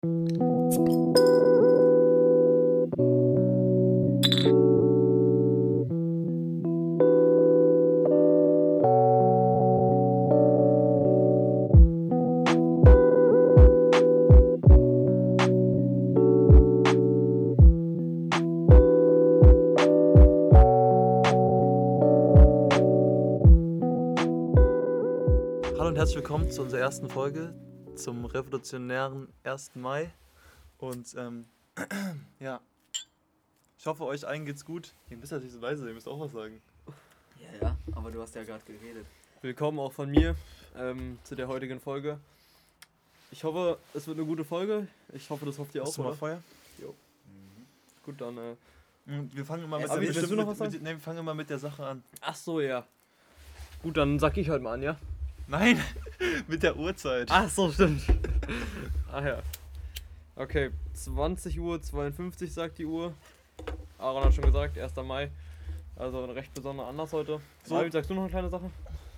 Hallo und herzlich willkommen zu unserer ersten Folge zum revolutionären 1. Mai. Und ja, ich hoffe, euch allen geht's gut. Ihr müsst natürlich so leise, ihr müsst auch was sagen. Ja, aber du hast ja gerade geredet. Willkommen auch von mir zu der heutigen Folge. Ich hoffe, es wird eine gute Folge. Ich hoffe, das hofft ihr auch, Hast du mal oder? Feuer? Gut, dann... Wir fangen immer mit, Abi, willst du noch was wir fangen immer mit der Sache an. Ach so, ja. Gut, dann sag ich halt mal an, ja? Nein, mit der Uhrzeit. Ach so, stimmt. Ach ja. Okay, 20:52 Uhr sagt die Uhr. Aaron hat schon gesagt, 1. Mai. Also ein recht besonderer Anlass heute. So. David, sagst du noch eine kleine Sache?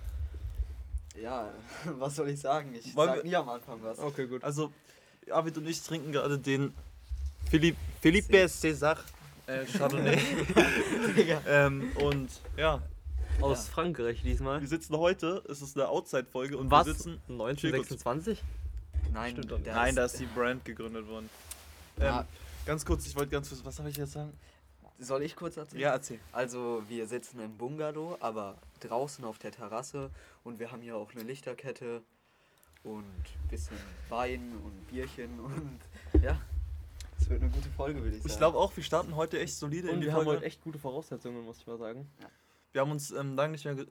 Ja, was soll ich sagen? Ich Wollen sag wir- nie am Anfang was. Okay, gut. Also, Arvid und ich trinken gerade den Philippe César Chardonnay. Digga. Und ja, Aus Frankreich diesmal. wir sitzen heute, es ist eine Outside-Folge und Was? wir sitzen... 1926? Nein, Stimmt doch nicht. Nein, da ist die Brand gegründet worden. Ja. Ganz kurz, ich wollte ganz kurz, was soll ich jetzt sagen? Soll ich kurz erzählen? Ja, erzähl. Also, wir sitzen im Bungalow, aber draußen auf der Terrasse und wir haben hier auch eine Lichterkette und ein bisschen Wein und Bierchen und ja, es wird eine gute Folge, würde ich sagen. Ich glaube auch, wir starten heute echt solide in Und die wir haben Folge. heute echt gute Voraussetzungen, muss ich mal sagen. Wir haben uns lange nicht mehr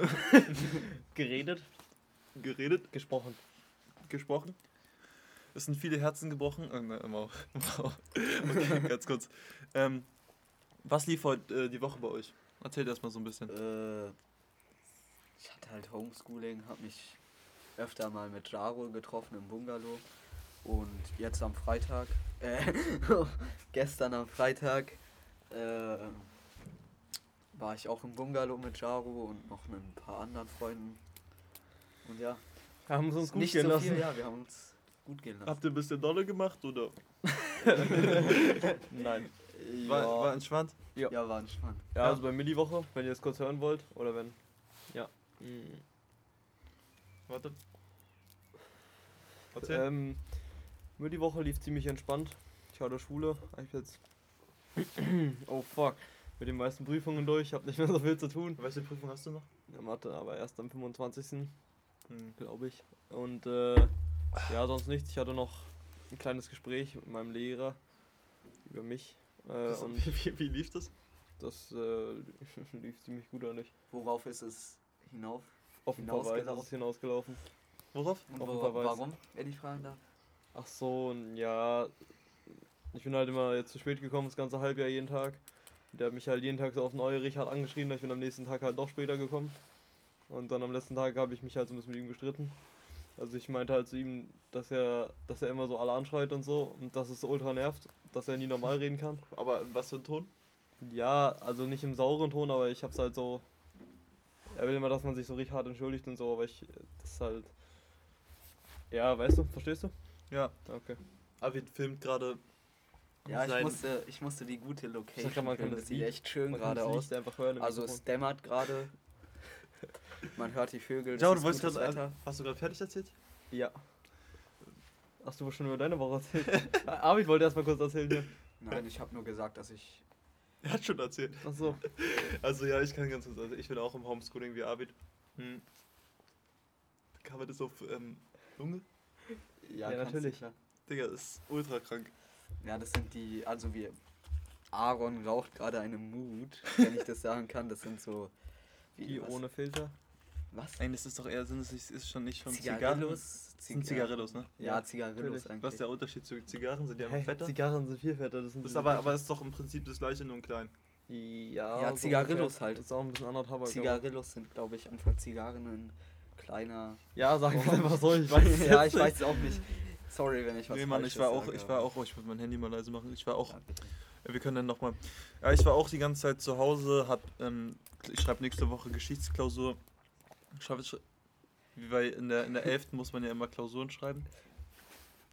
Geredet, geredet, gesprochen. gesprochen. Es sind viele Herzen gebrochen. Wow. Okay, ganz kurz. Was lief heute die Woche bei euch? Erzählt erstmal so ein bisschen. Ich hatte halt Homeschooling, habe mich öfter mal mit Jaro getroffen im Bungalow und jetzt am Freitag, gestern am Freitag war ich auch im Bungalow mit Jaro und noch ein paar anderen Freunden und ja, Wir haben es uns gut nicht gehen so lassen. viel, ja, wir haben uns gut gehen lassen. Habt ihr ein bisschen dolle gemacht oder? Nein. War entspannt? Ja, war entspannt. Ja, also bei mir die Woche, wenn ihr es kurz hören wollt. Oder wenn. Ja. Warte. Erzähl. Mir die Woche lief ziemlich entspannt. Ich hatte Schule. Ich jetzt. Oh fuck. Mit den meisten Prüfungen durch. Hab nicht mehr so viel zu tun. Welche Prüfung hast du noch? Ja, Mathe, aber erst am 25. Hm. glaube ich. Und ja, sonst nichts. Ich hatte noch ein kleines Gespräch mit meinem Lehrer über mich. Und Wie lief das? das lief ziemlich gut eigentlich. Worauf ist es hinauf? Auf ein paar Hinausgelaufen? Weise hinausgelaufen. Worauf? Und Auf ein paar Weise. warum, wenn ich fragen darf? Ach so, ja. Ich bin halt immer jetzt zu spät gekommen, das ganze Halbjahr jeden Tag. Der hat mich halt jeden Tag so auf neue Richard angeschrien, ich bin am nächsten Tag halt doch später gekommen. Und dann am letzten Tag habe ich mich halt so ein bisschen mit ihm gestritten. Also ich meinte halt zu ihm, dass er immer so alle anschreit und so und dass es so ultra nervt, dass er nie normal reden kann. Aber in was für ein Ton? Ja, also nicht im sauren Ton, aber ich hab's halt so. Er will immer, dass man sich so richtig hart entschuldigt und so, aber das ist halt. Ja, weißt du, verstehst du? Ja. Okay. Arvid filmt gerade. Ja, sein- ich musste die gute Sag Location mal, man kann filmen. das Das sieht Lied- echt schön Man kann gerade das aus. Licht einfach hören im Also es Mikrofon. dämmert gerade. Man hört die Vögel. Ja, das du ist wolltest gutes gerade. Wetter. Hast du gerade fertig erzählt? Ja. Hast du schon über deine Woche erzählt? Arvid wollte erstmal kurz erzählen hier. Nein, ich habe nur gesagt, dass ich. Er hat schon erzählt. Achso. Also ja, ich kann ganz kurz. Also ich bin auch im Homeschooling wie Arvid. Kann man das auf Lunge? Ja, kannst natürlich. du, klar. Digga, das ist ultra krank. Ja, das sind die. Also wir. Aaron raucht gerade eine Mood, wenn ich das sagen kann. Das sind so. Die was? ohne Filter. Was? Nein, das ist doch eher, sind es nicht, ist schon nicht schon Zigarillos? Das sind Zigarillos, ne? Ja, Ja, Zigarillos natürlich. eigentlich. Was ist der Unterschied zu Zigarren? Sind die einfach Hey, fetter? Zigarren sind viel fetter. Das sind Das ist aber ist doch im Prinzip das gleiche, nur in klein. Ja, Ja, so Zigarillos ungefähr. halt. Das ist auch ein bisschen anderer Tabak. aber- Zigarillos sind, glaube ich, einfach Zigarren in kleiner. Ja, sag es einfach so, ich weiß es Ja, jetzt ich weiß es auch nicht. Sorry, wenn ich was Nee, Mann, Falsches ich war sage, auch, ich muss mein Handy mal leise machen. Ich war auch, Ja, bitte. wir können dann nochmal. Ja, ich war auch die ganze Zeit zu Hause, ich schreibe nächste Woche Geschichtsklausur. Wie bei in der 11. muss man ja immer Klausuren schreiben.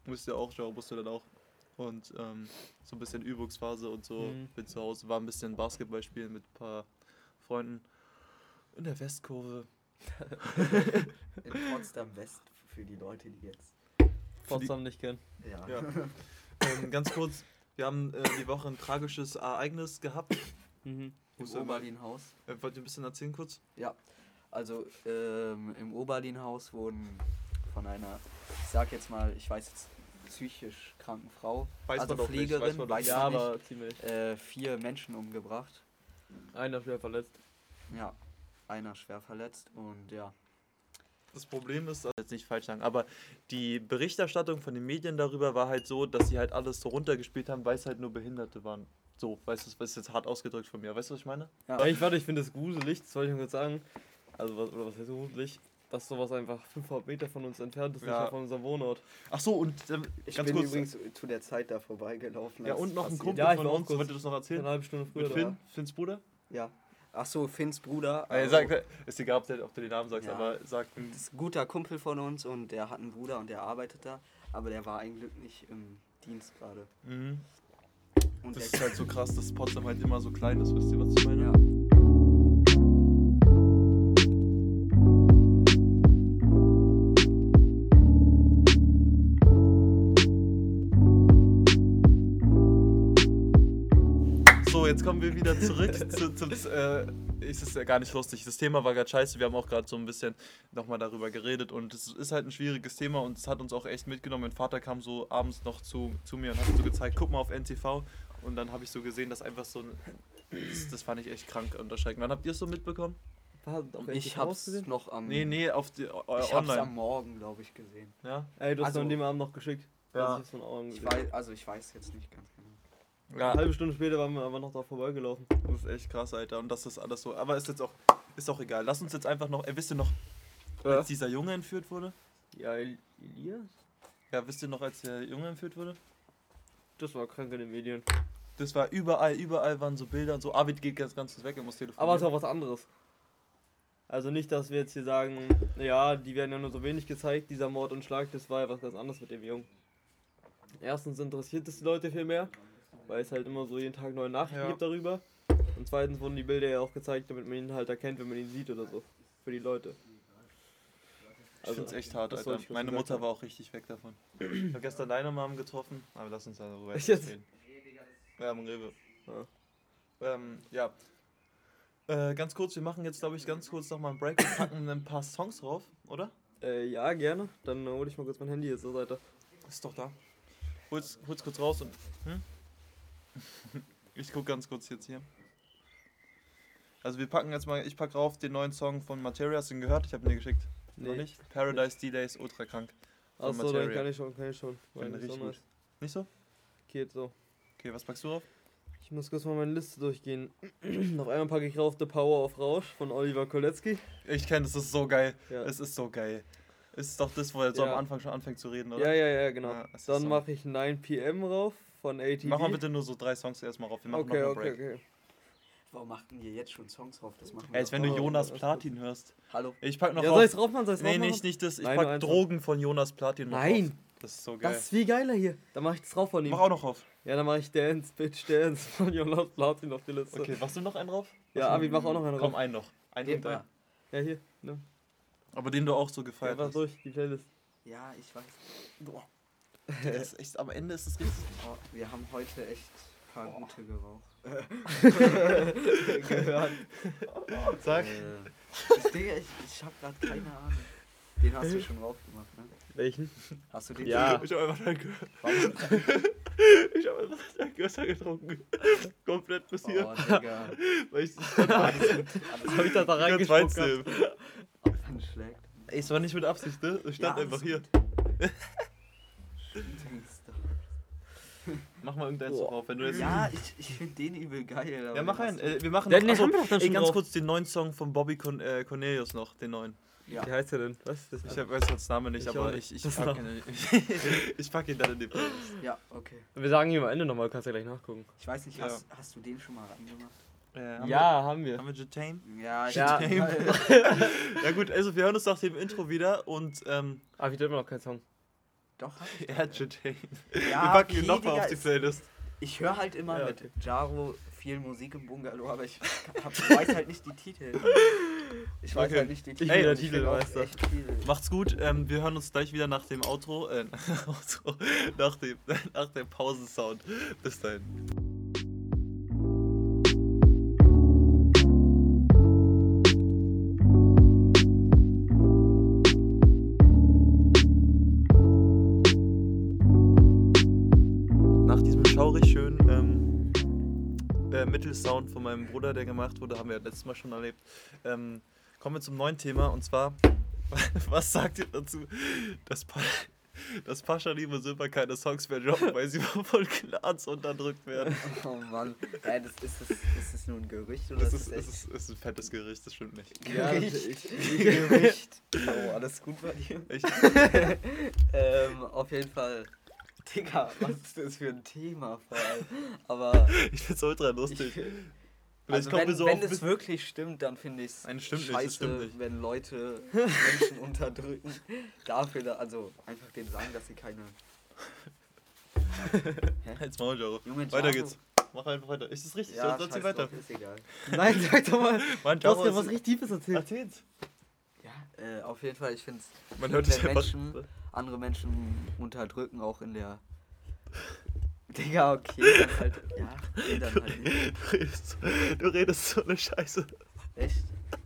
Musste ja auch, Genre musste dann auch. Und so ein bisschen Übungsphase und so. Bin zu Hause, war ein bisschen Basketball spielen mit ein paar Freunden in der Westkurve. In Potsdam West für die Leute, die jetzt. Potsdam nicht kennen. Ja. Ja. Ganz kurz, wir haben die Woche ein tragisches Ereignis gehabt. Im Musst du mal- Oberlin-Haus. Wollt ihr ein bisschen erzählen kurz? Ja. Also im Oberlin-Haus wurden von einer, ich sag jetzt mal, ich weiß jetzt, psychisch kranken Frau, Weiß also man doch nicht, Pflegerin, weiß man doch nicht. Ja, man aber ziemlich. nicht, 4 Menschen umgebracht. Einer schwer verletzt. Ja, einer schwer verletzt und ja. Das Problem ist, jetzt nicht falsch sagen, aber die Berichterstattung von den Medien darüber war halt so, dass sie halt alles so runtergespielt haben, weil es halt nur Behinderte waren. So, weißt du, das ist jetzt hart ausgedrückt von mir. Weißt du, was ich meine? Ja. Ich finde es gruselig, das wollte ich nur kurz sagen. Also, was heißt gruselig? Dass sowas einfach 500 Meter von uns entfernt ist, Ja. nicht von unserem Wohnort. Ach so, und Ich ganz bin kurz. übrigens zu der Zeit da vorbeigelaufen. Ja, als und noch ein passiert. Kumpel Ja, ich von war auch uns, kurz wollt ihr das noch erzählen? Eine halbe Stunde früher. Mit Finns Bruder? Ja. Ach so, Finns Bruder. Er sagt, ist egal, ob du den Namen sagst, Ja. aber sagt Das ist ein guter Kumpel von uns und der hat einen Bruder und der arbeitet da, aber der war ein Glück nicht im Dienst gerade. Mhm. Und Das der ist halt so krass, dass Potsdam halt immer so klein ist, wisst ihr, was ich meine? ja. So, jetzt kommen wir wieder zurück zum ist es ja gar nicht lustig. Das Thema war gerade scheiße. Wir haben auch gerade so ein bisschen nochmal darüber geredet und es ist halt ein schwieriges Thema und es hat uns auch echt mitgenommen. Mein Vater kam so abends noch zu mir und hat so gezeigt, guck mal auf NTV und dann habe ich so gesehen, dass einfach so das fand ich echt krank und erschreckend. Wann habt ihr es so mitbekommen? Ich hab's noch am Nee, auf die ich hab's am online. Morgen, glaube ich, gesehen. Ja? Ey, du hast Also- mir an dem Abend noch geschickt. Ja. Das ist von Augen Ich gesehen. weiß jetzt nicht ganz genau. Ja, Eine halbe Stunde später waren wir aber noch da vorbeigelaufen. das ist echt krass, Alter. Und das ist alles so. Aber ist auch egal. Lass uns jetzt einfach noch. Wisst ihr noch, als dieser Junge entführt wurde? Ja, Elias? Ja, wisst ihr noch, als der Junge entführt wurde? Das war krank in den Medien. Das war überall waren so Bilder und so. Arvid geht ganz weg, er muss telefonieren. Aber es ist auch was anderes. Also nicht, dass wir jetzt hier sagen, ja, die werden ja nur so wenig gezeigt, dieser Mord und Schlag, das war ja was ganz anderes mit dem Jungen. Erstens interessiert es die Leute viel mehr, weil es halt immer so jeden Tag neue Nachrichten Ja. gibt darüber. Und zweitens wurden die Bilder ja auch gezeigt, damit man ihn halt erkennt, wenn man ihn sieht oder so. Für die Leute. Ich find's echt hart, das Alter. wollte ich Meine gesagt Mutter haben. war auch richtig weg davon. Ich habe gestern deine Mom getroffen, aber lass uns darüber Echt jetzt jetzt? reden. Ja, am Rewe. Ja. Ja. Ganz kurz, wir machen jetzt, glaube ich, ganz kurz nochmal einen Break und packen ein paar Songs drauf, oder? Ja, gerne. Dann hole ich mal kurz mein Handy jetzt zur Seite. Ist doch da. Hol's kurz raus und. Ich guck ganz kurz jetzt hier. Also wir packen jetzt mal, ich pack rauf den neuen Song von Materia, hast du ihn gehört? Ich habe ihn dir geschickt. Noch Nee. nicht? Paradise D-Days, ultra krank. Von Achso, dann Materia. kann ich schon. Finde Weil richtig so gut. nice. Nicht so? Geht so. Okay, was packst du drauf? Ich muss kurz mal meine Liste durchgehen. Auf einmal packe ich rauf The Power of Rausch von Oliver Kolecki. Ich kenne, das ist so geil. Ja. Es ist so geil. Ist doch das, wo er so Ja. am Anfang schon anfängt zu reden, oder? Ja, genau. Ja, es ist Dann so. mache ich 9 PM rauf von ATV. Mach mal bitte nur so 3 Songs erstmal rauf. Wir machen Okay, noch einen okay, Break. okay. Warum machten ihr jetzt schon Songs drauf? Das machen Ey, als wenn du Oh, Jonas das ist Platin hörst. Hallo? Ich pack noch Ja, rauf. soll ich's drauf machen? Soll ich's Nee, drauf machen? nicht das. Ich Nein, nur pack einfach. Drogen von Jonas Platin noch Nein. rauf. Das ist so geil. Das ist viel geiler hier. Dann mache ich das drauf von ihm. Mach auch noch rauf. Ja, dann mache ich Dance, Bitch Dance von Jonas Platin auf die Liste. Okay, machst du noch einen drauf? Ja, Abi, mach auch noch einen Komm, drauf. einen noch. Einen Geht und mal. einen. Ja, hier. Ne? Aber den du auch so Ja, gefeiert einfach hast. durch, die Playlist. Ja, ich weiß. Boah. Das ist echt, am Ende ist es richtig. Oh, wir haben heute echt ein paar gute geraucht. Gehört. Sag. Das Ding, ich hab grad keine Ahnung. Den hast du schon drauf gemacht, ne? Welchen? Hast du den Ja. Ich hab einfach dein Warum? Ich hab einfach dein Gösser getrunken. Komplett bis hier. Oh, Digga. Weil ich Alles gut. Hab ich das da ganz reingespuckt? Weizen. Abfand schlägt. Ey, es war nicht mit Absicht, ne? Es stand Ja, einfach ist hier. Gangster. Mach mal irgendeinen Boah. drauf, wenn du jetzt. Ja, ich finde den übel geil. Ja, mach einen. Wir machen Ja, noch, den achso, haben wir doch dann ey, schon ganz drauf. kurz den neuen Song von Bobby Cornelius noch, den neuen. Ja. Wie heißt der denn? Was? Das Weiß jetzt Namen nicht, Ich aber auch nicht. ich Das pack war- ihn, ich pack ihn dann in die Playlist. Ja, okay. Wir sagen ihn am Ende nochmal, kannst du ja gleich nachgucken. Ich weiß nicht, Ja. hast du den schon mal angemacht? Haben wir. Haben wir Jetame? Ja, Ja. Ja gut, also wir hören uns nach dem Intro wieder und Ah, wieder immer noch kein Song. Doch, hab ich. Entertain. Ja, Wir packen ihn okay, nochmal Digga, auf die es- Playlist. Ich höre halt immer Ja, mit okay. Jaro viel Musik im Bungalow, aber ich weiß halt nicht die Titel. Ich weiß Okay. halt nicht die Ich Titel. bin der und find auch Titelmeister. echt viel. Macht's gut. Wir hören uns gleich wieder nach dem Outro. Nach dem Pausensound. Bis dahin. Nach diesem schaurig schönen Mittelsound von meinem Bruder, der gemacht wurde, haben wir ja letztes Mal schon erlebt, kommen wir zum neuen Thema, und zwar, was sagt ihr dazu, dass Paschanim und Silber keine Songs mehr droppen, weil sie von Clans unterdrückt werden? Oh Mann. Ja, ist das nur ein Gerücht oder Das ist ist ein fettes Gericht, das stimmt nicht. Ja, Gerücht? Gerücht. Oh, alles gut bei dir? Echt? Auf jeden Fall. Digga, was ist das für ein Thema vor allem? Aber Ich find's ultra lustig. ich, Vielleicht also kommen wir wenn, so wenn auf es bis- wirklich stimmt, dann finde ich es Nein, stimmt nicht, das scheiße, stimmt nicht. wenn Leute Menschen unterdrücken. Dafür, also einfach denen sagen, dass sie keine... Jetzt mal, Jaro. Junge, Weiter Jaro. geht's. Mach einfach weiter. Ist das richtig? Ja, Sonst scheiß weiter. drauf, ist egal. Nein, sag doch mal. Mann, Du hast Jaro gerade was ist... richtig Tiefes erzählt. Erzähl's. Ja, auf jeden Fall, ich finde es... Man hört es einfach... andere Menschen unterdrücken, auch in der... Digga, okay, dann halt... Ja, nee, dann halt nicht. Du redest so eine Scheiße. Echt?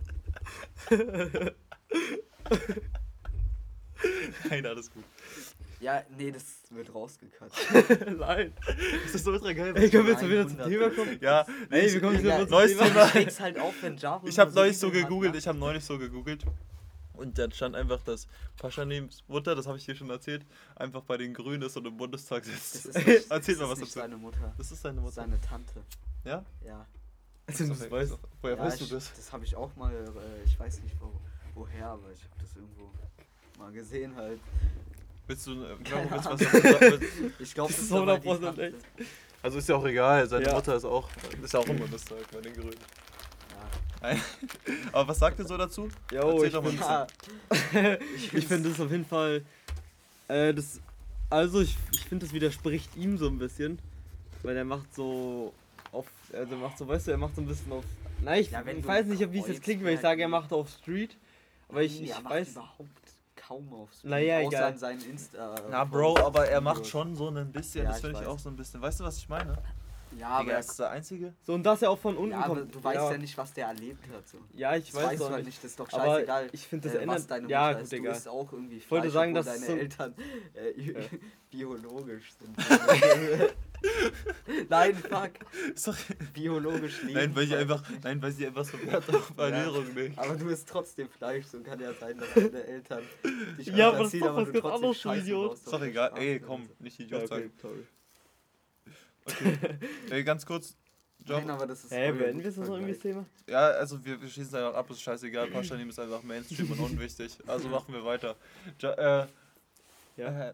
Nein, alles gut. Ja, nee, das wird rausgekatzt. Nein. Das ist so ultra geil. Ey, können wir jetzt Nein, mal wieder zum 100%. Thema kommen? Ja, Ey, wir kommen Digga, wieder zum neues Thema. Thema. Ich reg's halt auf, wenn Jaro ich habe immer neulich so Dinge hat, gegoogelt, ne? ich habe neulich so gegoogelt. Und dann stand einfach, dass Paschanims Mutter, das habe ich dir schon erzählt, einfach bei den Grünen ist und im Bundestag Das sitzt. ist nicht, Erzähl das mal ist was nicht dazu. seine Mutter. Das ist seine Das ist Mutter. seine Tante. Ja? Ja. Also, das weißt du. Woher Ja, weißt du das? Das habe ich auch mal, ich weiß nicht woher, aber ich habe das irgendwo mal gesehen halt. Willst du, Keine willst du was Ahnung. dazu sagen? Ich glaube, Das das ist ist aber die 100% Tante. echt. Also ist ja auch egal, seine Ja. Mutter ist auch im Bundestag bei den Grünen. Ja. Nein. Aber was sagt ihr so dazu? Jo, Erzähl ich doch mal bin, ein bisschen. Ja, ich finde das auf jeden Fall. Ich finde, das widerspricht ihm so ein bisschen. Weil er macht so. Weißt du, er macht so ein bisschen auf. Nein, Ja, wenn ich du weiß nicht, wie es jetzt klingt, wenn ich sage, er macht auf Street. Aber ich er macht weiß. überhaupt kaum aufs Naja, außer egal. an seinen Insta. Na Bro, aber er macht Videos. schon so ein bisschen, Ja, das ich finde ich weiß. auch so ein bisschen. Weißt du, was ich meine? Ja, aber, Digga, er ist der Einzige. So, und dass er auch von unten ja, aber kommt. du weißt ja nicht, was der erlebt hat. So. Ja, ich Das weiß weißt auch du halt nicht. nicht, das ist doch Aber scheißegal. ich finde, das was ändert. deine Ja, Mutter gut, ist. Du egal. isst auch irgendwie Fleisch, wollte sagen, obwohl dass deine so- Eltern biologisch sind. Nein, fuck. Sorry. Biologisch leben. Nein, weil sie einfach so Wert auf Ernährung legen. Aber du isst trotzdem Fleisch, so kann ja sein, dass deine Eltern dich Ja, aber das ist runterziehen, doch was du ganz trotzdem anderes, du Scheiße Idiot. baust Ist auf doch der egal. Straße Ey, und komm, so. nicht Ja, Idiot okay, sagen. sorry. Okay. Ey, ganz kurz. Nein, aber das ist Hä, voll beenden gut wir jetzt noch irgendwie das Vergleich. Thema? Ja, also wir schließen einfach ab, ist scheißegal. Paschanim ist einfach Mainstream und unwichtig. Also machen wir weiter. Ja.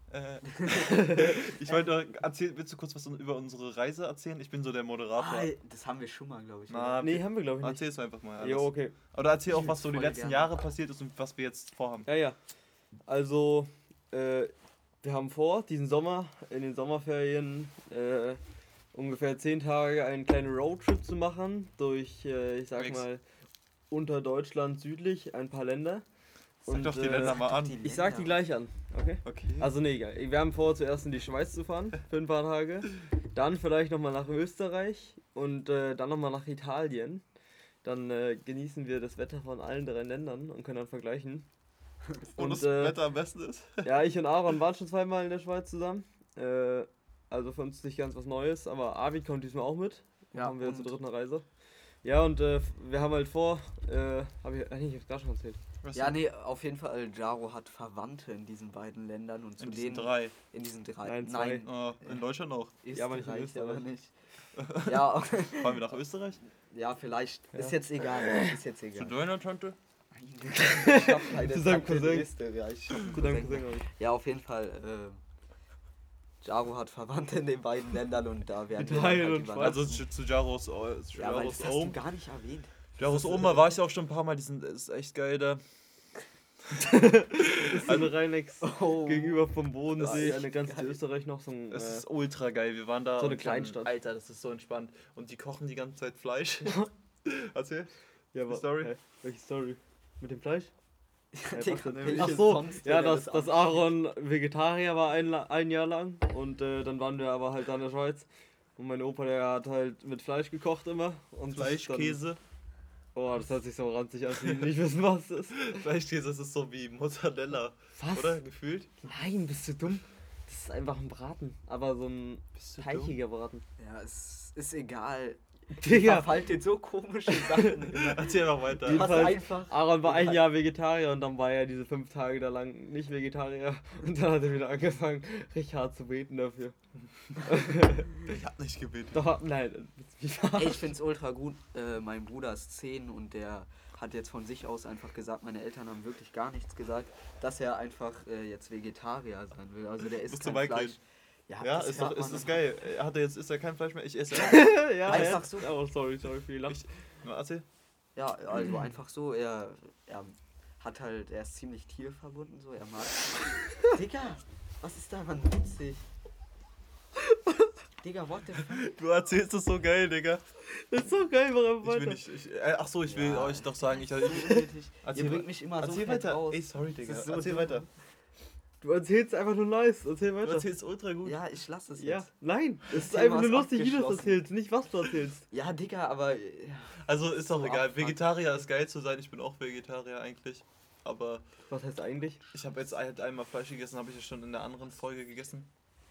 Ich wollte willst du kurz was über unsere Reise erzählen? Ich bin so der Moderator. Ah, das haben wir schon mal, glaube ich. Na, oder? Nee, haben wir glaube ich nicht. erzähl's einfach mal. Alles. Jo, okay. Oder erzähl auch, Ich was so die voll letzten gerne. Jahre passiert ist und was wir jetzt vorhaben. Ja, ja. Also, wir haben vor, diesen Sommer, in den Sommerferien, ungefähr 10 Tage einen kleinen Roadtrip zu machen durch, ich sag Nix. mal, unter Deutschland südlich ein paar Länder. Sag doch die Länder mal an. Ich sag die gleich an, okay? Okay. Also nee, egal. Wir haben vor, zuerst in die Schweiz zu fahren, für ein paar Tage. Dann vielleicht nochmal nach Österreich und dann nochmal nach Italien. Dann genießen wir das Wetter von allen 3 Ländern und können dann vergleichen. Wo das und, Wetter am besten ist. Ja, ich und Aaron waren schon 2-mal in der Schweiz zusammen. Also für uns nicht ganz was Neues, aber Avi kommt diesmal auch mit. Ja, Haben wir und- zur 3. Reise. Ja, und wir haben halt vor, ich hab's gerade schon erzählt. Weißt Ja, du, nee, auf jeden Fall, Jaro hat Verwandte in diesen beiden Ländern und zu in diesen denen. 3. In diesen 3. Nein, 2. In Deutschland auch. Ja, aber nicht in Österreich, aber Österreich. nicht. Ja, Fahren wir nach Österreich? ja, vielleicht. Ja. Ist jetzt egal. Ist jetzt Zu egal. deiner Tante? Ich hab keine Zu seinem Tante in Cousin. Österreich. Ich hab einen Zu deinem Cousin. Cousin. Ja, auf jeden Fall. Jaro hat Verwandte in den beiden Ländern und da werden wir Italien dann halt und Schweiz. Also übernachten. zu Jaros, Ja, weil Jaros das hast du Ohm. gar nicht erwähnt. Jaros Oma war ich auch schon ein paar Mal, ist echt geil da. ist so eine Rheinex Oh. gegenüber vom Bodensee, Ja, eine echt ganz geil. Österreich noch so ein. Es ist ultra geil. Wir waren da. So eine und dann- Kleinstadt. Alter, das ist so entspannt. Und die kochen die ganze Zeit Fleisch. Erzähl. ja, die Story? Hä? Welche Story? Mit dem Fleisch? Digga, was denn? welches Ach so, sonst ja, wäre dass das Aaron Vegetarier war ein Jahr lang und dann waren wir aber halt da in der Schweiz und mein Opa, der hat halt mit Fleisch gekocht immer und Fleisch, dann, Käse. Oh, das hört sich so ranzig an, wie nicht wissen, was es ist. Fleischkäse, das ist so wie Mozzarella. Was? Oder? Gefühlt? Nein, bist du dumm? Das ist einfach ein Braten, aber so ein Bist du teichiger Braten. Ja, es ist egal. Digga, Verfallt in so komische Sachen. Erzähl noch weiter. Du hast Jedenfalls, einfach. Aaron war ein Jahr Vegetarier und dann war er diese 5 Tage da lang nicht Vegetarier und dann hat er wieder angefangen, richtig hart zu beten dafür. Ich hab nicht gebetet. Doch, nein, wie Ey, ich find's ultra gut. Mein Bruder ist 10 und der hat jetzt von sich aus einfach gesagt, meine Eltern haben wirklich gar nichts gesagt, dass er einfach jetzt Vegetarier sein will. Also der isst Musst du kein Mike Fleisch. Ja, das ist doch, hört ist man das geil. Ist er kein Fleisch mehr? Ich esse. ja, Einfach ja. so. Oh, sorry, Fehler. Ich, erzähl. Ja, also einfach so, er hat halt, er ist ziemlich tierverbunden, so, er mag. Digga, was ist daran witzig? Digga, what the fuck? Du erzählst es so geil, Digga. Das ist so geil, mach einfach Ich will weiter. nicht. Ach so, ich will Ja. euch doch sagen, So ich unnötig. Erzähl Ihr bringt mich immer so erzähl fett weiter. raus. Ey, sorry, Digga. Das ist so Erzähl dumm. weiter. Du erzählst einfach nur nice, erzähl Du weiter. erzählst ultra gut. Ja, ich lasse es Ja, jetzt. nein, es ist Thema einfach nur ist lustig, wie du es abgeschlossen. erzählst, nicht was du erzählst. Ja, Digga, aber. Ja. Also ist doch So egal. abfuck. Vegetarier ist geil zu sein. Ich bin auch Vegetarier eigentlich. Aber Was heißt eigentlich? ich habe jetzt halt einmal Fleisch gegessen, habe ich ja schon in der anderen Folge gegessen.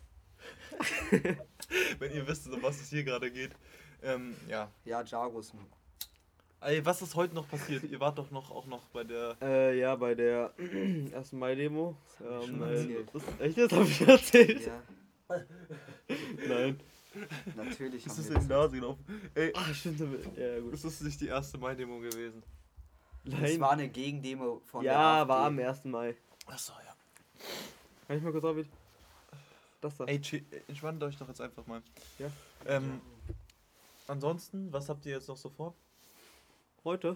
Wenn ihr wisst, um was es hier gerade geht. Ja. Ja, Jargus. Ey, was ist heute noch passiert? Ihr wart doch noch auch noch bei der. Ja, bei der 1. Mai-Demo. hab ich schon erzählt. Echt, das hab ich schon erzählt? Ja, Nein. natürlich. Ist haben das wir in die Nase gelaufen? Ey, Ach, stimmt. Ja, gut. ist das nicht die erste Mai-Demo gewesen? Es war eine Gegendemo von der Ja, AfD. war am 1. Mai. Achso, ja. Kann ich mal kurz David? Das da. Ey, entspannt euch doch jetzt einfach mal. Ja. Ansonsten, was habt ihr jetzt noch so vor? Heute?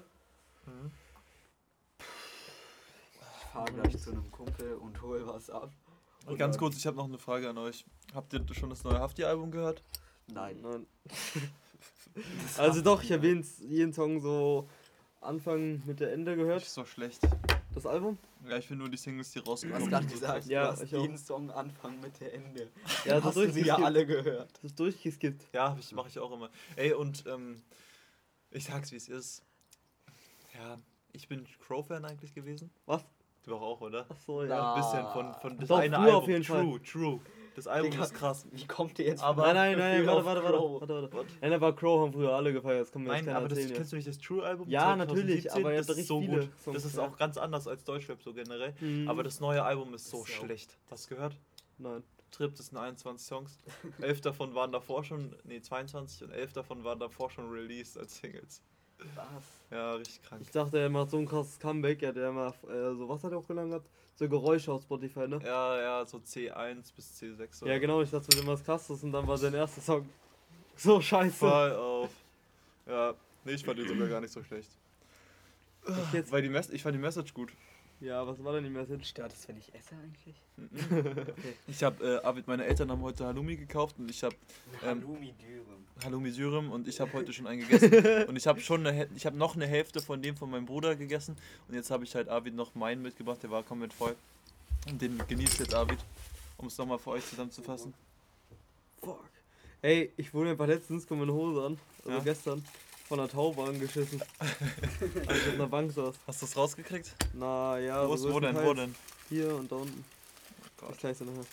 Ich fahr gleich zu einem Kumpel und hol was ab. Und ganz kurz, ich habe noch eine Frage an euch. Habt ihr schon das neue Hafti-Album gehört? Nein. Nein. Also doch, ich habe jeden Song so Anfang, Mitte, Ende gehört. Ist so schlecht. Das Album? Ja, ich finde nur die Singles, die Du rausgekommen hast gerade sind. gesagt, Ja, du hast ich auch. jeden Song Anfang, Mitte, Ende. Ja, das hast du sie ja durchgeskippt. alle gehört. Das ist durchgeskippt. Ja, mache ich auch immer. Ey, und ich sag's wie es ist. Ja, ich bin Crow-Fan eigentlich gewesen. Was? Du doch auch, oder? Ach so, Na. ja. Ein bisschen von das Doch, eine früher Album. auf jeden Fall. True. Das Album Digga, ist krass. Wie kommt ihr jetzt Aber- Nein, auf warte. Crow? Nein, aber Crow haben früher alle gefeiert, das kann mir jetzt Nein, keiner aber das, erzählen. kennst du nicht das True-Album? Ja, natürlich, aber er das hat ist richtig so viele gut. Songs, Das ist ja. auch ganz anders als Deutschrap so generell. Mhm. Aber das neue Album ist so Ist ja auch- schlecht. Hast du gehört? Nein. Trip, das sind 21 Songs. 11 davon waren davor schon, 22 und 11 davon waren davor schon released als Singles. Was? Ja, richtig krank. Ich dachte, er macht so ein krasses Comeback, ja, der macht, so was hat er auch gelangt gehabt? So Geräusche auf Spotify, ne? Ja, so C1 bis C6. Ja, genau, ich dachte, das wird immer was krasses und dann war sein erster Song so scheiße. Voll auf. Ja, nee, ich fand den sogar gar nicht so schlecht. Echt jetzt? Weil ich fand die Message gut. Ja, was war denn die Message? Stört es, wenn ich esse eigentlich? Ich habe, meine Eltern haben heute Halloumi gekauft und ich habe Halloumi Dürüm. Halloumi Syrem und ich habe heute schon einen gegessen. Und ich habe ich habe noch eine Hälfte von dem von meinem Bruder gegessen und jetzt habe ich halt Arvid noch meinen mitgebracht, der war komplett voll. Und den genießt jetzt Arvid, um es nochmal für euch zusammenzufassen. Fuck. Ey, ich wurde einfach letztens, komm meine Hose an, also Ja? gestern, von einer Taube angeschissen. Als ich auf einer Bank saß. Hast du es rausgekriegt? Na ja, Wo so denn? größtenteils Hier und da unten. Gott. Ich zeig's dir nachher.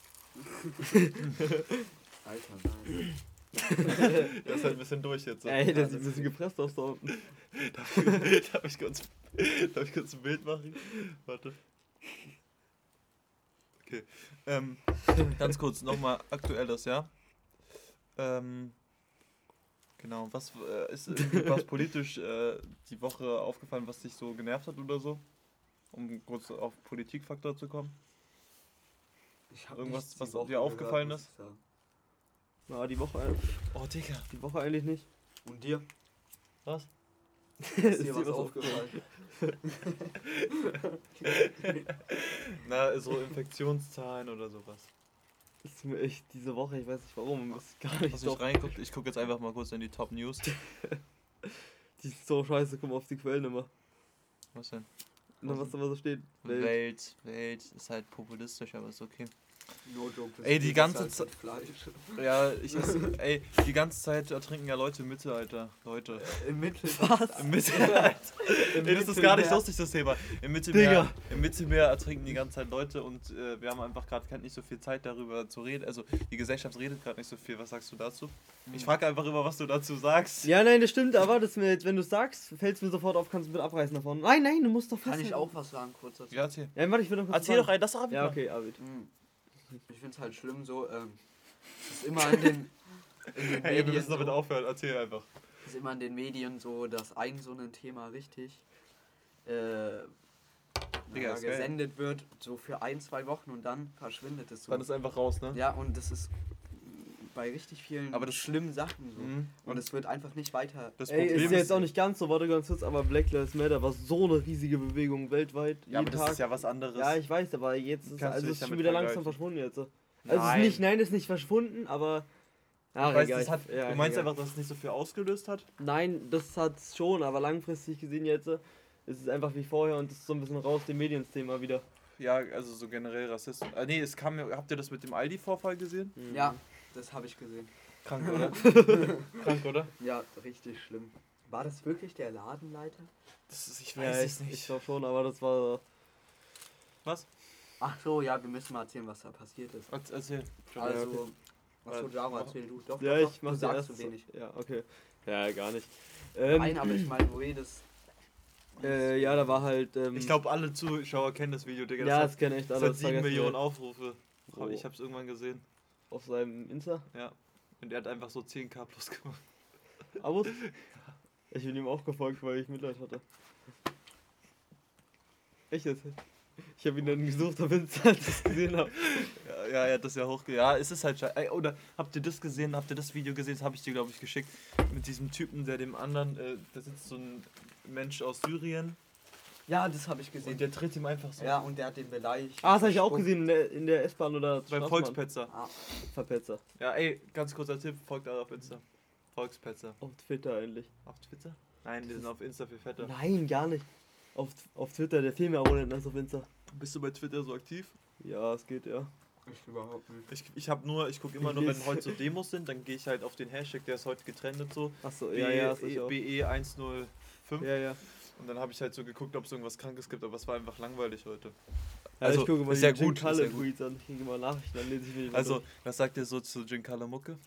Alter, nein. Der ist halt ein bisschen durch jetzt. So. Ey, der sieht ein bisschen gepresst aus da unten. Darf ich kurz ein Bild machen? Warte. Okay. Ganz kurz nochmal aktuelles, ja? Genau, was ist was politisch die Woche aufgefallen, was dich so genervt hat oder so? Um kurz auf Politikfaktor zu kommen. Ich hab Irgendwas, nichts die was Woche dir aufgefallen muss ist? ich sagen. Na, die Woche Oh, Digga. eigentlich nicht. Und dir? Was? Ist dir was aufgefallen? Na, so Infektionszahlen oder sowas. Das ist mir echt diese Woche, ich weiß nicht warum, ist gar nicht Hast so. du nicht reingeguckt? Ich gucke jetzt einfach mal kurz in die Top News. Die ist so scheiße, guck mal auf die Quellen immer. Was denn? Na, was da immer so steht. Welt ist halt populistisch, aber ist okay. No joke. das Ey, die ist ganze halt Zeit- Fleisch. Ja, ey, die ganze Zeit ertrinken ja Leute im Mittelalter. Leute. Im Mittel. Was? Im Mittelalter. Ey, das ist gar nicht lustig, das Thema. Im Mittelmeer ertrinken die ganze Zeit Leute und wir haben einfach gerade nicht so viel Zeit darüber zu reden. Also die Gesellschaft redet gerade nicht so viel. Was sagst du dazu? Ich frage einfach immer, was du dazu sagst. Ja, nein, das stimmt, aber das mir jetzt, wenn du sagst, fällt es mir sofort auf, kannst du mit abreißen davon. Nein, du musst doch Kann festhalten. ich auch was sagen, kurz dazu? Ja, erzähl. Ja, warte, ich will noch kurz Erzähl doch ein, das doch Ja, okay, Arvid. Ich finde es halt schlimm so, es ist immer in den Hey, wir Medien müssen damit so, aufhören. Erzähl einfach. es ist immer in den Medien so, dass ein so ein Thema richtig Digga, ist geil. gesendet wird, so für 1-2 Wochen und dann verschwindet es so. Dann ist einfach raus, ne? Ja, und das ist bei richtig vielen Aber das- schlimmen Sachen so. Mhm. Und es wird einfach nicht weiter. Das Ey, Problem ist ja jetzt auch nicht ganz so, warte ganz kurz, aber Black Lives Matter war so eine riesige Bewegung weltweit. Ja, aber jeden das Tag. ist ja was anderes. Ja, ich weiß, aber jetzt ist Kannst du also dich ist schon damit wieder langsam vergleichen? verschwunden jetzt. Also Nein. ist nicht verschwunden, aber ja, Ich weiß, egal. das hat, Ja, du meinst egal. einfach, dass es nicht so viel ausgelöst hat? Nein, das hat's schon, aber langfristig gesehen jetzt ist es einfach wie vorher und das ist so ein bisschen raus dem Mediensthema wieder. Ja, also so generell Rassismus. Nee, habt ihr das mit dem Aldi-Vorfall gesehen? Ja, das habe ich gesehen. Krank, oder? Krank, oder? Ja, richtig schlimm. War das wirklich der Ladenleiter? Ich Ja, ich glaube schon, aber das war Was? Ach so, ja, wir müssen mal erzählen, was da passiert ist. Erzähl. Also, achso, Okay. Jaro, erzähl du. Doch, ja, doch, ich du mach sagst zuerst zu wenig. Ja, okay. Ja, gar nicht. Nein, aber ich meine, wo das... Ja, da war halt Ich glaube, alle Zuschauer kennen das Video, Digga. ja, Das das kennen echt hat, alle. das hat 7 Millionen Aufrufe. Oh. Ich hab's irgendwann gesehen. Auf seinem Insta. Ja. Und er hat einfach so 10k plus gemacht. Abos? Ich bin ihm auch gefolgt, weil ich Mitleid hatte. Echt jetzt? Ich habe ihn dann gesucht auf Insta, als ich es gesehen habe. Ja, er hat das ja hochgeladen. Ja, es ist halt scheiße. Oder habt ihr das gesehen? Habt ihr das Video gesehen? Das habe ich dir, glaube ich, geschickt. Mit diesem Typen, der dem anderen, da sitzt so ein Mensch aus Syrien. Ja, das habe ich gesehen. Und der tritt ihm einfach so. Ja, und der hat den beleidigt. Ah, das habe ich auch gesehen in der S-Bahn oder Beim Straßenbahn. Volkspetzer. Ah, Verpetzer. Ja, ey, ganz kurzer Tipp, folgt alle auf Insta. Volkspetzer. Auf Twitter eigentlich. Auf Twitter? Nein, die sind auf Insta viel fetter. Nein, gar nicht. Auf Twitter, der viel mehr Abonnenten als auf Insta. Bist du bei Twitter so aktiv? Ja, es geht, ja. ich überhaupt nicht. Ich gucke immer Ich nur, wenn lese- heute so Demos sind, dann gehe ich halt auf den Hashtag, der ist heute getrennt so. Achso, ja, das ich auch. BE105. Ja. Und dann habe ich halt so geguckt, ob es irgendwas Krankes gibt, aber es war einfach langweilig heute. Ja, Also, ich gucke mal ist die ja Jim gut, ist ja Kalle gut. Tweets an. Ich kriege immer Nachrichten, dann lese ich mir die Also, durch. was sagt ihr so zu Giancarlo Mucke?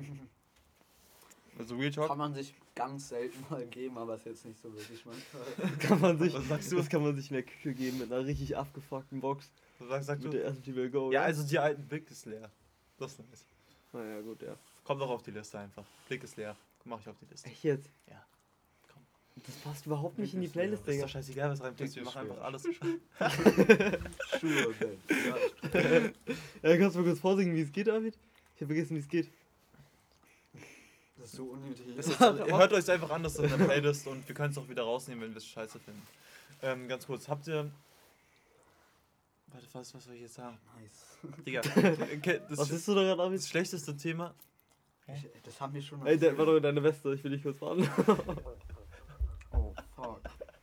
Also Real Talk? Kann man sich ganz selten mal geben, aber ist jetzt nicht so wirklich manchmal. kann man sich, Was sagst du? das kann man sich in der Küche geben mit einer richtig abgefuckten Box. Was sagst Mit du? der ersten T-Will Go. Ja, oder? also die alten Blick ist leer. Das ist nice. Naja, gut, ja. Kommt doch auf die Liste einfach. Blick ist leer. Mach ich auf die Liste. Echt jetzt? Ja. Komm. Das passt überhaupt nicht in die Wirklich, ja. Playlist, Ist Digga. doch scheißegal, was reinpasst. Wir Blick machen ist einfach schwer. alles. Schuhe, Ben. Ja, Ja, kannst du mal kurz vorsingen, wie es geht, David? Ich habe vergessen, wie es geht. das ist so unnötig. Das ist jetzt, ihr hört euch einfach an, das ist in der Playlist und wir können es auch wieder rausnehmen, wenn wir es scheiße finden. Ganz kurz, habt ihr... Warte, was soll ich jetzt sagen? Nice. Digga, Was ist du da gerade, David? das schlechteste Thema... Das haben wir schon Ey, erzählt. warte, deine Weste, ich will dich kurz fragen. Oh, fuck.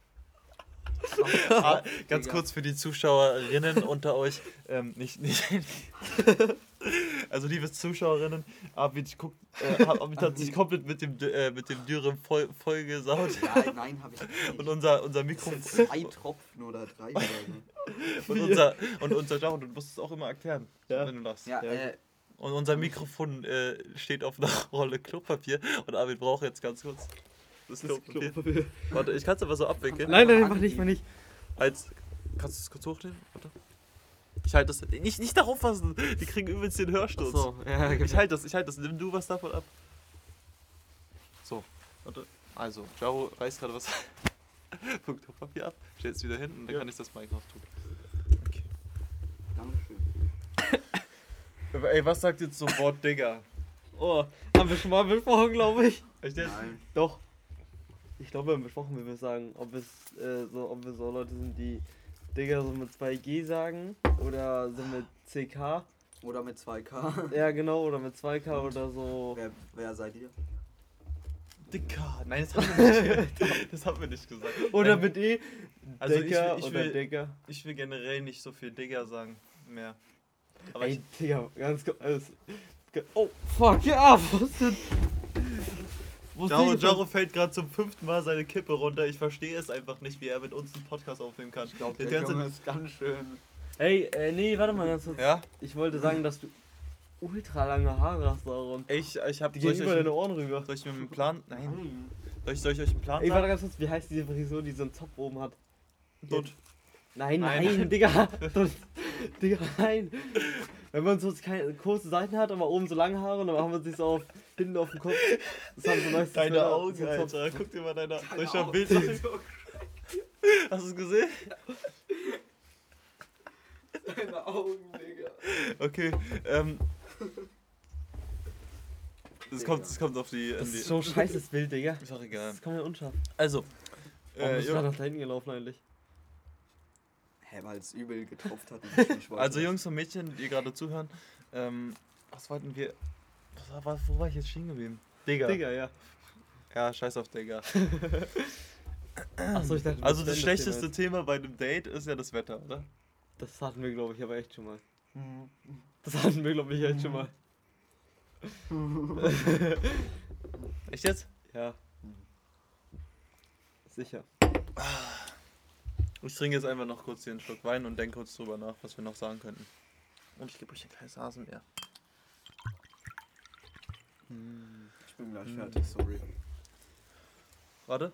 Ganz kurz für die Zuschauerinnen unter euch, nicht also liebe Zuschauerinnen, Arvid hat sich komplett mit dem Dürren vollgesaut Ja, nein, habe ich nicht. und unser Das Mikrofon sind 2 Tropfen oder 3 oder so. und unser Jaro, du musst es auch immer erklären, Ja. wenn du lachst. Ja, Ja, Und unser Mikrofon steht auf einer Rolle Klopapier und Arvid braucht jetzt ganz kurz das Klopapier. Warte, ich kann es aber so abwickeln. Nein, mach nicht. Kannst du es kurz hochnehmen? Warte. Ich halte das. Nicht darauf fassen. Die kriegen übelst den Hörsturz. So, ja, Ich halte das. Nimm du was davon ab. So, warte. Also, Jaro reißt gerade was vom Klopapier ab, stellt es wieder hin und dann Ja. kann ich das Mic noch tun. Okay. Dankeschön. Ey, was sagt ihr zum Wort Digger? Oh, haben wir schon mal besprochen, glaube ich. Echt jetzt? Nein. Doch. Ich glaube, wir haben besprochen, wie wir sagen, ob wir so Leute sind, die Digga so mit 2G sagen oder so mit CK. Oder mit 2K. Ja, genau, oder mit 2K oder so. Wer seid ihr? Dicker. Nein, das haben wir nicht, das haben wir nicht gesagt. Oder Nein. mit E. Also Digga ich oder will- Digga. Ich will generell nicht so viel Digger sagen. Mehr. Aber Ey, ich, Digga, ganz kurz. Oh, fuck, ja, was denn? Jaro fällt gerade zum 5. Mal seine Kippe runter. Ich verstehe es einfach nicht, wie er mit uns einen Podcast aufnehmen kann. Ich glaube, Der der ganze- Junge ist ganz schön. Ey, nee, warte mal ganz kurz. Ja? Ich wollte sagen, dass du ultra lange Haare hast, Aaron. Ich hab. Die Soll gehen ich, über deine euch, Ohren rüber. soll ich mir einen Plan. Nein. Soll ich euch einen Plan Ey, warte sagen? ganz kurz, wie heißt diese Frisur, die so einen Zopf oben hat? Dutt. Nein, Nein. nein, Digga. Digga, nein. Wenn man so keine kurze Seiten hat, aber oben so lange Haare und dann haben wir sich so hinten auf dem Kopf. Das haben so meistens Deine Männer, Augen, so einen Zopf. Alter. Guck dir mal deine. Soll ich Deine mal ein Bild Augen machen? sind so Hast du es gesehen? Deine Augen, Digga. Okay, das kommt auf die. Das an die ist so ein scheißes Bild, Digga. ist auch egal. Das kommt ja unscharf. Also, Warum bist du Jo- da nach da hinten gelaufen eigentlich? Hä, weil es übel getropft hat. Und ich nicht wollte. also Jungs und Mädchen, die gerade zuhören, was wollten wir. Wo war ich jetzt stehen geblieben? Digga. Digga, ja. Ja, scheiß auf Digga. Achso, ich dachte, du Also bist das Fan schlechteste Themas. Thema bei einem Date ist ja das Wetter, oder? Das hatten wir, glaube ich, aber echt schon mal. Mhm. Das hatten wir, glaube ich, echt schon mal. Echt jetzt? Ja. Sicher. Ich trinke jetzt einfach noch kurz hier einen Schluck Wein und denke kurz drüber nach, was wir noch sagen könnten. Und ich gebe euch ein kleines ASMR. Ich bin gleich fertig, sorry. Warte,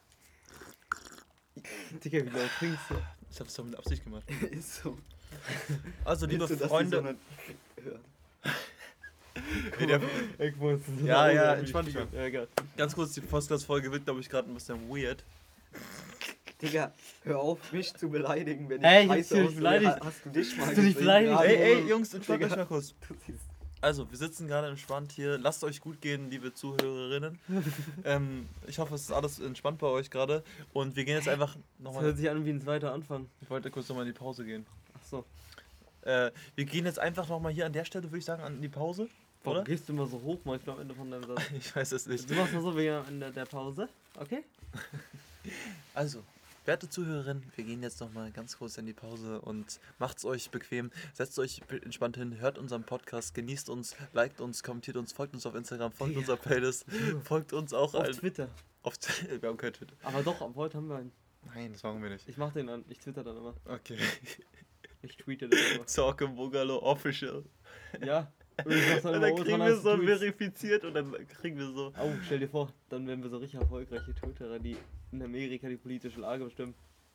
Digga, wie laut trinkst du? ich habe es doch mit Absicht gemacht. Ist so. Also liebe Willst du, dass die Freunde... so eine- hören? Ey, der- Ja, ja, entspann dich mal. Ja, egal. Ganz kurz, die Podcast-Folge wird, glaube ich, gerade ein bisschen weird. Digga, hör auf, mich zu beleidigen, wenn ich Ey, ich hab scheiße dich aussehe. beleidigt. Hast du dich mal Hast du dich gesehen? beleidigt? Ja, Ey, Jungs, entspannt Digga. euch mal kurz. Du siehst- Also, wir sitzen gerade entspannt hier. Lasst euch gut gehen, liebe Zuhörerinnen. Ich hoffe, es ist alles entspannt bei euch gerade. Und wir gehen jetzt einfach Das nochmal... hört sich an wie ein zweiter Anfang. Ich wollte kurz nochmal in die Pause gehen. Achso. Wir gehen jetzt einfach nochmal hier an der Stelle, würde ich sagen, an die Pause. Warum Oder? gehst du immer so hoch manchmal am Ende von deinem Satz? Ich weiß es nicht. Du machst mal so wie an der Pause, okay? Also, werte Zuhörerinnen, wir gehen jetzt nochmal ganz kurz in die Pause und macht's euch bequem, setzt euch entspannt hin, hört unseren Podcast, genießt uns, liked uns, kommentiert uns, folgt uns auf Instagram, folgt Ja. unserer Playlist, folgt uns auch Auf Twitter. auf wir haben kein Twitter. Aber doch, ab heute haben wir einen. Nein, das machen wir nicht. Ich mach den an, ich twitter dann immer. Okay. Ich tweete das immer. Talk im Bungalow Official. Ja. Und ich mach's dann Und immer dann kriegen wir so Tweets. verifiziert und dann kriegen wir so. Oh, stell dir vor, dann werden wir so richtig erfolgreiche Twitterer, die in Amerika die politische Lage bestimmen.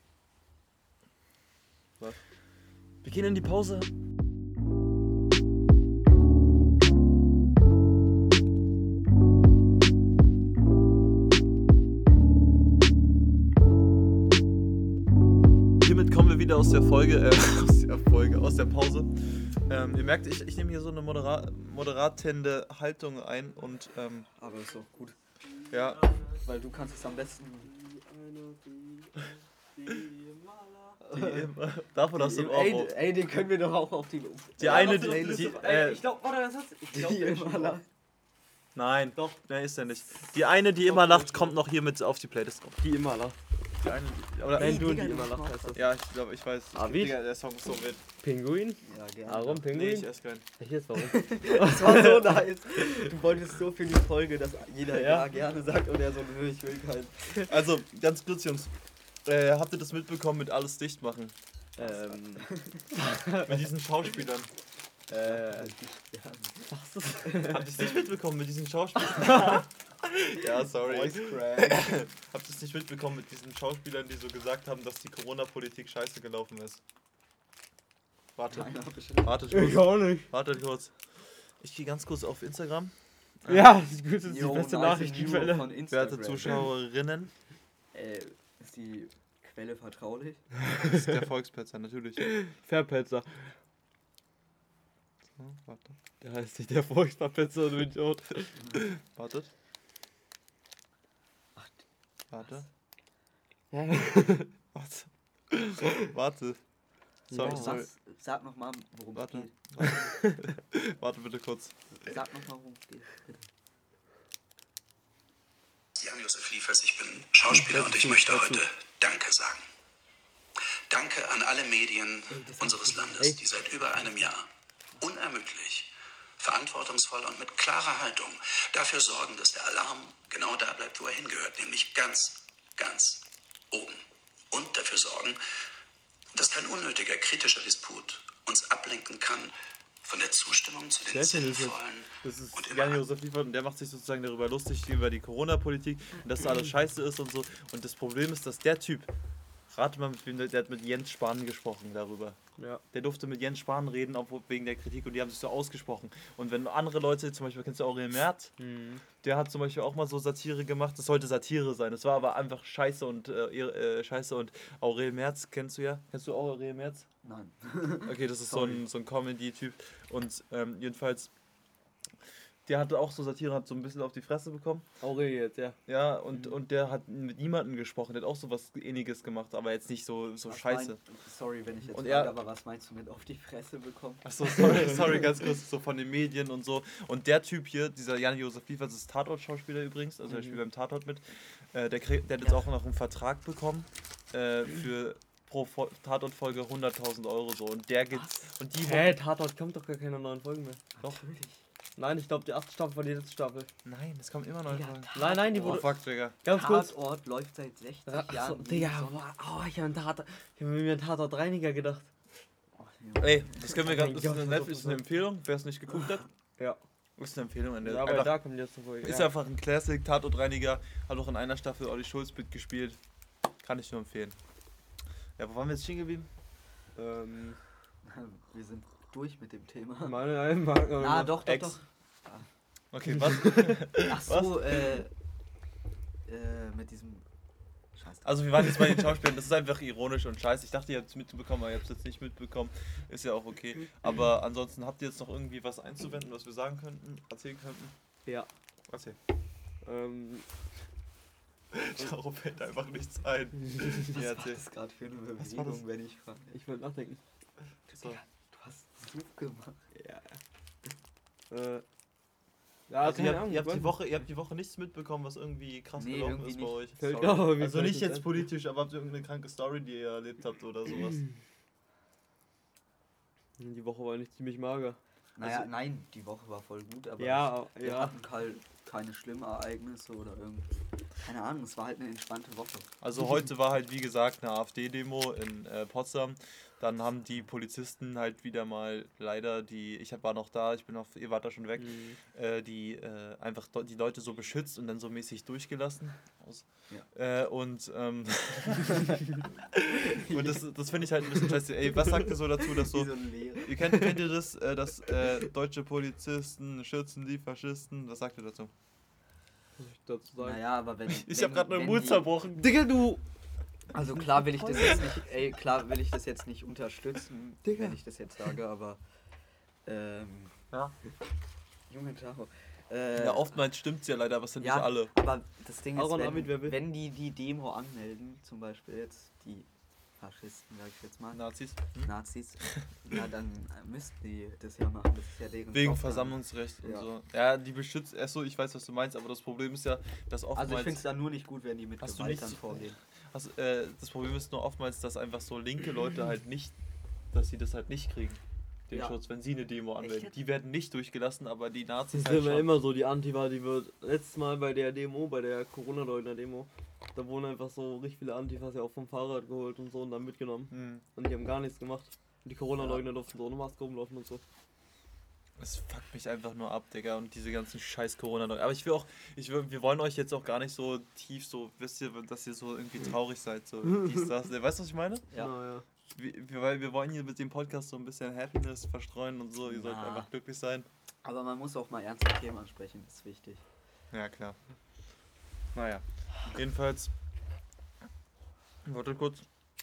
Was? Wir gehen in die Pause. Hiermit kommen wir wieder aus der Folge, aus der Pause. Ihr merkt, ich nehme hier so eine moderatende Haltung ein und Aber ist doch gut. ja, Weil du kannst es am besten. die immer, davon hast du ein Ohr. Ey, den können wir doch auch auf die. Die eine, Playlist- ich glaube, warte, was hast du? Ich glaub, Die der ist immer schon lacht. nein, doch, ne, ist er nicht. Die eine, die immer lacht, kommt noch hier mit auf die Playlist drauf. die immer lacht. Die eine, oder, Nein, du und Digga, die du immer lacht machst heißt das. ja, ich glaube, ich weiß. Ah, wie? Digga, der Song ist so wild. Pinguin? Ja, gerne. Warum Nee, Pinguin? ich esse keinen. Ich jetzt warum? Das war so nice. Du wolltest so für die Folge, dass jeder Ja. ja gerne sagt und er so, nö, ich will keinen. Also, ganz kurz, Jungs. Habt ihr das mitbekommen mit alles dicht machen? Mit diesen Schauspielern. Was ist Habt ihr es nicht mitbekommen mit diesen Schauspielern? Ja, sorry. Voice crack. Habt ihr es nicht mitbekommen mit diesen Schauspielern, die so gesagt haben, dass die Corona-Politik scheiße gelaufen ist? Wartet, Nein, hab ich nicht. wartet Ich kurz. auch nicht. Wartet kurz. Ich gehe ganz kurz auf Instagram. Ja, das ist gut, das ist die Jo, beste nice Nachrichtenquelle. News von Instagram. Werte Zuschauerinnen. Ist die Quelle vertraulich? Das ist der Volkspetzer, natürlich. Verpetzer. So, warte. Der heißt nicht der Volksverpetzer, du Idiot. Wartet. Warte. Ja. Warte. Warte. Sorry, Ja. sorry. Sag nochmal, worum es Warte. geht. Warte bitte kurz. Sag nochmal, worum es geht. Bitte. Jan-Josef Liefers, ich bin Schauspieler und ich möchte heute Danke sagen. Danke an alle Medien unseres Landes, die seit über einem Jahr unermüdlich, verantwortungsvoll und mit klarer Haltung dafür sorgen, dass der Alarm genau da bleibt, wo er hingehört, nämlich ganz, ganz oben. Und dafür sorgen, dass kein unnötiger kritischer Disput uns ablenken kann von der Zustimmung zu den Sehr schön, sinnvollen Das ist und immer Jan-Josef Liefers und der macht sich sozusagen darüber lustig, über die Corona-Politik und dass da alles scheiße ist und so. Und das Problem ist, dass der Typ, rate mal, mit wem der hat mit Jens Spahn gesprochen darüber. Ja. Der durfte mit Jens Spahn reden, obwohl wegen der Kritik und die haben sich so ausgesprochen. Und wenn andere Leute, zum Beispiel kennst du Aurel Merz, der hat zum Beispiel auch mal so Satire gemacht. Das sollte Satire sein. Das war aber einfach scheiße und scheiße und Aurel Merz kennst du ja? Kennst du auch Aurel Merz? Nein. Okay, das ist so ein Comedy-Typ. Und jedenfalls, der hatte auch so Satire, hat so ein bisschen auf die Fresse bekommen. Aurel jetzt, ja. Ja, und der hat mit niemandem gesprochen. Der hat auch so was Ähnliches gemacht, aber jetzt nicht so scheiße. Sorry, wenn ich jetzt Und frage, aber was meinst du mit auf die Fresse bekommen? Achso, sorry, ganz kurz, so von den Medien und so. Und der Typ hier, dieser Jan-Josef Liefers, ist Tatort-Schauspieler übrigens, also er spielt beim Tatort mit. Der hat jetzt auch noch einen Vertrag bekommen für pro Tatort-Folge 100.000 Euro so. Und der geht's. Und die Tatort kommt doch gar keine neuen Folgen mehr. Doch. Nein, ich glaube die 8. Staffel war die letzte Staffel. Nein, es kommen immer neue Digga, Folgen. Nein, die Oh, wurde... fuck, Digga. Ganz kurz. Tatort läuft seit 60 Achso, Jahren. Digga, wow, ich habe mir einen Tatort-Reiniger gedacht. Ey, das können wir Mein gerade. Das ist Gott, eine was Netflix, ist ist eine Empfehlung, wer es nicht geguckt hat. Ja. Ist eine Empfehlung an der Ja, aber einfach, da kommt die letzte Folge. ist ja. einfach ein Classic, Tatortreiniger, hat auch in einer Staffel Olli Schulz mitgespielt. Kann ich nur empfehlen. Ja, wo waren wir jetzt stehen geblieben? Wir sind durch mit dem Thema. Meine Einmarken. Ah, doch. Ex. Okay, was? Ach so, mit diesem Scheiß. Also wir waren jetzt bei den Schauspielern, das ist einfach ironisch und scheiße. Ich dachte, ihr habt es mitbekommen, aber ihr habt es jetzt nicht mitbekommen. Ist ja auch okay. Aber ansonsten habt ihr jetzt noch irgendwie was einzuwenden, was wir sagen könnten, erzählen könnten? Ja. Erzähl. Darauf fällt einfach nichts ein. Was Ja, war erzähl. das gerade für eine war das? Bewegung, wenn ich frage? Ich wollte nachdenken. So. Digga, du hast Such gemacht. Ja. Also keine Ahnung, ihr habt die Woche nichts mitbekommen, was irgendwie krass Nee, gelaufen irgendwie ist bei nicht. euch. Fällt Sorry. mir aber Also wie nicht fällt jetzt das politisch, aber habt ihr irgendeine kranke Story, die ihr erlebt habt oder sowas? Die Woche war nicht ziemlich mager. Naja, Also- nein, die Woche war voll gut, aber Ja, wir ja. hatten keine schlimmen Ereignisse oder irgend. Keine Ahnung, es war halt eine entspannte Woche. Also heute war halt wie gesagt eine AfD-Demo in Potsdam. Dann haben die Polizisten halt wieder mal leider war noch da, ihr wart da schon weg, einfach die Leute so beschützt und dann so mäßig durchgelassen. Und das finde ich halt ein bisschen scheiße. Ey, was sagt ihr so dazu, dass so... Wie so ein Lehrer. Kennt ihr das, dass deutsche Polizisten schützen die Faschisten? Was sagt ihr dazu? Was soll ich dazu sagen? Naja, aber wenn. Ich wenn- habe gerade wenn einen Mut die- zerbrochen. Digga, du! Also klar will ich das jetzt nicht, klar will ich das jetzt nicht unterstützen, Digga. wenn ich das jetzt sage, aber Ja. Junge Tacho. Ja, oftmals stimmt's ja leider, aber es sind ja, nicht alle. aber das Ding ist, Aaron Abid, wer will? wenn die Demo anmelden, zum Beispiel jetzt die Faschisten, sag ich jetzt mal, Nazis. Nazis, na dann müssten die das ja machen, das ist ja deren Wegen Aufgabe. Versammlungsrecht und Ja. so. Ja, die beschützt. Achso, ich weiß, was du meinst, aber das Problem ist ja, dass Also ich oftmals. finde es dann nur nicht gut, wenn die mit Hast du Gewalt nichts- dann vorgehen. Das Problem ist nur oftmals, dass einfach so linke Leute halt nicht, dass sie das halt nicht kriegen, den Ja. Schutz, wenn sie eine Demo anmelden. jetzt? Die werden nicht durchgelassen, aber die Das Nazis ist halt immer, schon. immer so, die Antifa, die wird letztes Mal bei der Demo, bei der Corona-Leugner-Demo, da wurden einfach so richtig viele Antifas ja auch vom Fahrrad geholt und so und dann mitgenommen. Hm. Und die haben gar nichts gemacht. Und die Corona-Leugner durften so ohne Maske rumlaufen und so. Es fuckt mich einfach nur ab, Digga, und diese ganzen scheiß Corona-Leute. Aber wir wollen euch jetzt auch gar nicht so tief so, wisst ihr, dass ihr so irgendwie traurig seid, so dies, das. Weißt du, was ich meine? Ja. Naja. Weil wir wollen hier mit dem Podcast so ein bisschen Happiness verstreuen und so. Ihr sollt Na. einfach glücklich sein. Aber man muss auch mal ernste Themen ansprechen, das ist wichtig. Ja, klar. Naja. Jedenfalls. Warte kurz.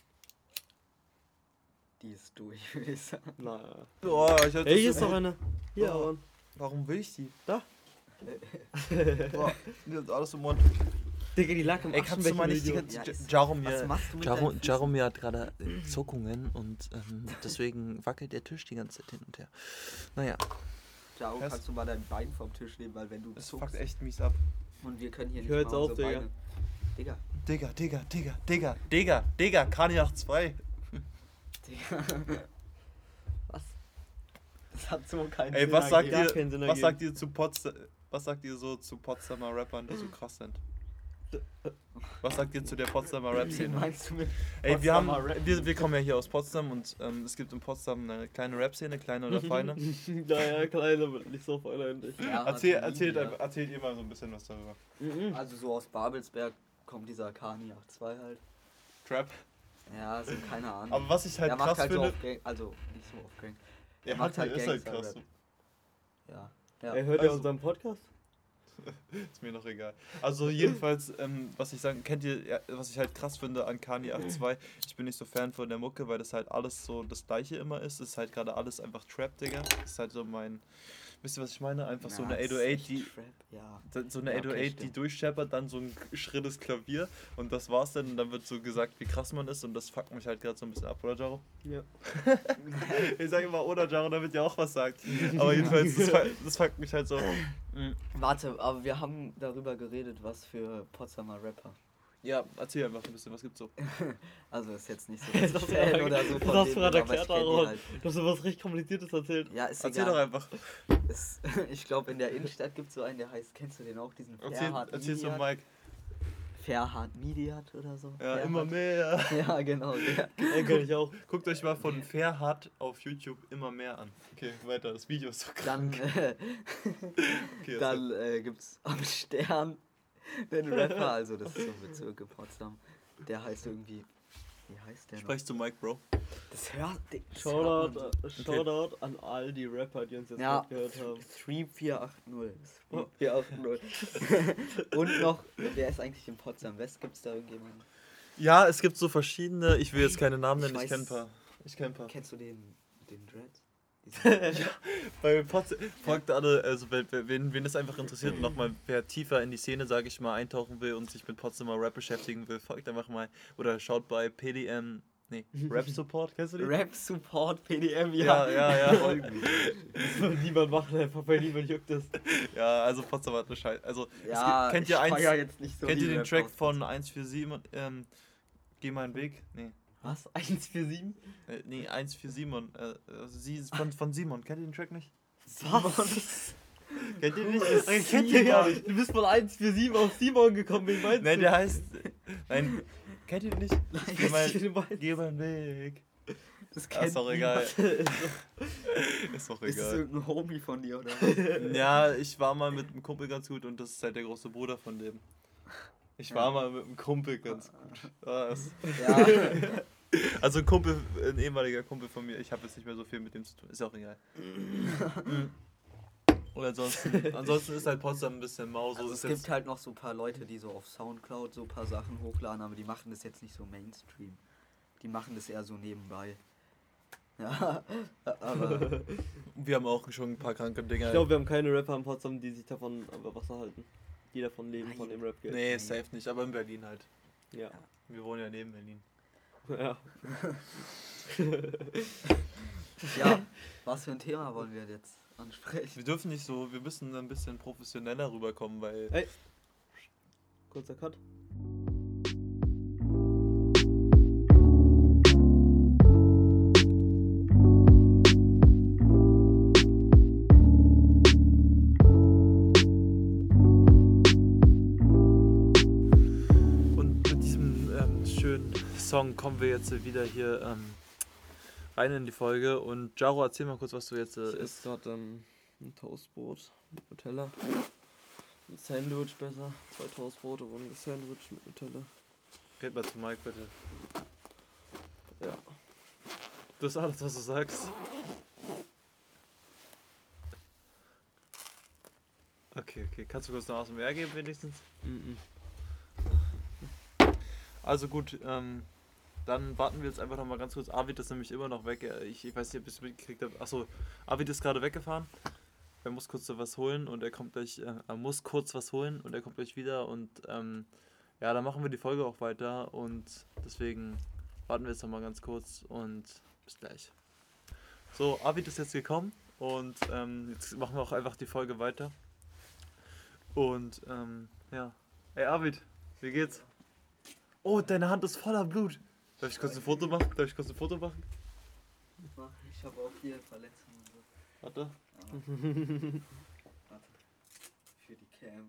Die ist durch, würde ich sagen. Naja. Boah, ich hatte Hey, hier ist doch eine. Hier, Oh. Aaron. Warum will ich die? Da. Boah, die hat alles im Mund. Digga, die lag im Ey, kannst du mal nicht die Aschenbecher, ganze... Ja, ist- Jaromir, was machst du mit deinen Füßen? Jaromir hat gerade Zuckungen und deswegen wackelt der Tisch die ganze Zeit hin und her. Naja, Ciao, Was? kannst du mal dein Bein vom Tisch nehmen, weil wenn du das zuckst fuckt echt mies ab. und wir können hier Ich nicht hör mal jetzt auf, unsere Digga. Beine... Digga, Kaniach 2. Digga. Was? Das hat so keinen Ey, Sinn was sagt ergeben. Gar keinen Sinn was ergeben. sagt ihr zu was sagt ihr so zu Potsdamer Rappern, die so krass sind? Was sagt ihr zu der Potsdamer Wie Rap-Szene? meinst du mit Ey, Potsdamer Rap? wir kommen ja hier aus Potsdam und es gibt in Potsdam eine kleine Rap-Szene, kleine oder feine. Naja, klein, aber nicht so fein eigentlich. Ja, Erzählt ihr mal so ein bisschen was darüber. Also so aus Babelsberg kommt dieser Kani 82 halt. Trap. Ja, so keine Ahnung. Aber was ich halt er krass macht halt finde, so auf Gang, also nicht so auf Gang. er macht halt ist halt krass. Gangster-Rap. Ja. Ey, hört ihr Also- unseren Podcast? Ist mir noch egal. Also jedenfalls, was ich sagen, kennt ihr, ja, was ich halt krass finde an Kani 82, ich bin nicht so Fan von der Mucke, weil das halt alles so das gleiche immer ist. Es ist halt gerade alles einfach Trap, Digga. Das ist halt so wisst ihr, was ich meine? Einfach so Na, eine das ist 808, echt die Trap, ja. so eine Ja, okay, 808, die stimmt. durchscheppert, dann so ein schrilles Klavier und das war's dann und dann wird so gesagt, wie krass man ist und das fuckt mich halt gerade so ein bisschen ab, oder Jaro? Ja. Ich sage immer oder Jaro, damit ihr auch was sagt. Aber jedenfalls, das fuckt mich halt so. Warte, aber wir haben darüber geredet, was für Potsdamer Rapper. Ja, erzähl einfach ein bisschen, was gibt's so? Also ist jetzt nicht so Das dass hast ich du Fan gerade- oder so das von hast du denen gerade bin, aber ich erklärt, kenn die Aaron. halt. Du hast du was richtig Kompliziertes erzählt. Ja, ist Erzähl doch egal. einfach. Ich glaube in der Innenstadt gibt es so einen, der heißt, kennst du den auch, diesen Erzähl so, Midiat? Mike. Ferhat Midiat oder so? Ja, Ferhat. immer mehr. Ja, genau, der. Den kenn ich auch. Guckt euch mal von Ferhat auf YouTube immer mehr an. Okay, weiter, das Video ist so Dann, krank. Okay, dann gibt's am Stern den Rapper, also das ist so ein Bezirk in Potsdam. Der heißt irgendwie, wie heißt der noch? Sprech zu Mike, Bro. Das hört man so. Shoutout an all die Rapper, die uns jetzt Ja, gerade gehört haben. 3480. 3480. Und noch, wer ist eigentlich in Potsdam West? Gibt's da irgendjemanden? Ja, es gibt so verschiedene, ich will jetzt keine Namen nennen, Ich ich kenne ein weiß- paar. Kennst du den Dreads? Bei Potsdam, fragt alle, also wen das einfach interessiert und nochmal, wer tiefer in die Szene, sage ich mal, eintauchen will und sich mit Potsdamer Rap beschäftigen will, folgt einfach mal oder schaut bei PDM, Rap Support, kennst du die? Rap Support PDM, Ja. Niemand macht einfach, bei niemand juckt das. Ja, also Potsdam hat eine Scheiße. Also, Ja, kennt ich ihr feier jetzt nicht so kennt ihr die den Rap Track aus. von 147 und Geh meinen Weg? Nee. Was? 147? Nee, 147 und sie ist von Simon. Kennt ihr den Track nicht? Was? Kennt ihr nicht? Kennt ihr gar nicht. Du bist von 147 auf Simon gekommen, wen meinst Nein, du? der heißt. Nein, kennt ihr den nicht? Geh, weiß nicht, wie du meinst. Geh meinen Weg. Das Ist kennt doch egal. niemand. Ist doch Ist das egal. irgendein Homie von dir, oder? Ja, ich war mal mit einem Kumpel ganz gut und das ist halt der große Bruder von dem. Ich war mal mit einem Kumpel ganz gut. Ja. Also ein ehemaliger Kumpel von mir, ich habe jetzt nicht mehr so viel mit dem zu tun, ist ja auch egal. Und ansonsten ist halt Potsdam ein bisschen mau. So Also ist es gibt halt noch so ein paar Leute, die so auf Soundcloud so ein paar Sachen hochladen, aber die machen das jetzt nicht so Mainstream. Die machen das eher so nebenbei. Ja, aber wir haben auch schon ein paar kranke Dinger. Ich glaube, wir haben keine Rapper in Potsdam, die sich davon über Wasser halten. Die davon leben, Nein. von dem Rap-Geld. Nee, safe nicht, aber in Berlin halt. Ja. Wir wohnen ja neben Berlin. Ja. ja, was für ein Thema wollen wir jetzt ansprechen? Wir dürfen nicht so, wir müssen ein bisschen professioneller rüberkommen, weil. Ey. Kurzer Cut. Und mit diesem schönen Song kommen wir jetzt wieder hier rein in die Folge. Und Jaro, erzähl mal kurz, was du jetzt Ich esse isst. gerade ein Toastbrot mit Nutella. Ein Sandwich besser. 2 Toastbrote und ein Sandwich mit Nutella. Red mal zu Mike, bitte. Ja. Das ist alles, was du sagst. Okay. Kannst du kurz noch aus dem geben, wenigstens? Mhm. Also gut, dann warten wir jetzt einfach noch mal ganz kurz. Arvid ist nämlich immer noch weg. Ich weiß nicht, ob ihr es mitgekriegt habt. Achso, Arvid ist gerade weggefahren. Er muss kurz was holen und er kommt gleich. Er muss kurz was holen und er kommt gleich wieder. Und ja, dann machen wir die Folge auch weiter und deswegen warten wir jetzt noch mal ganz kurz und bis gleich. So, Arvid ist jetzt gekommen und jetzt machen wir auch einfach die Folge weiter. Und ja. Ey Arvid, wie geht's? Oh, deine Hand ist voller Blut. Darf ich kurz ein Foto machen? Ich habe auch hier Verletzungen und so. Warte. Warte. Für die Cam.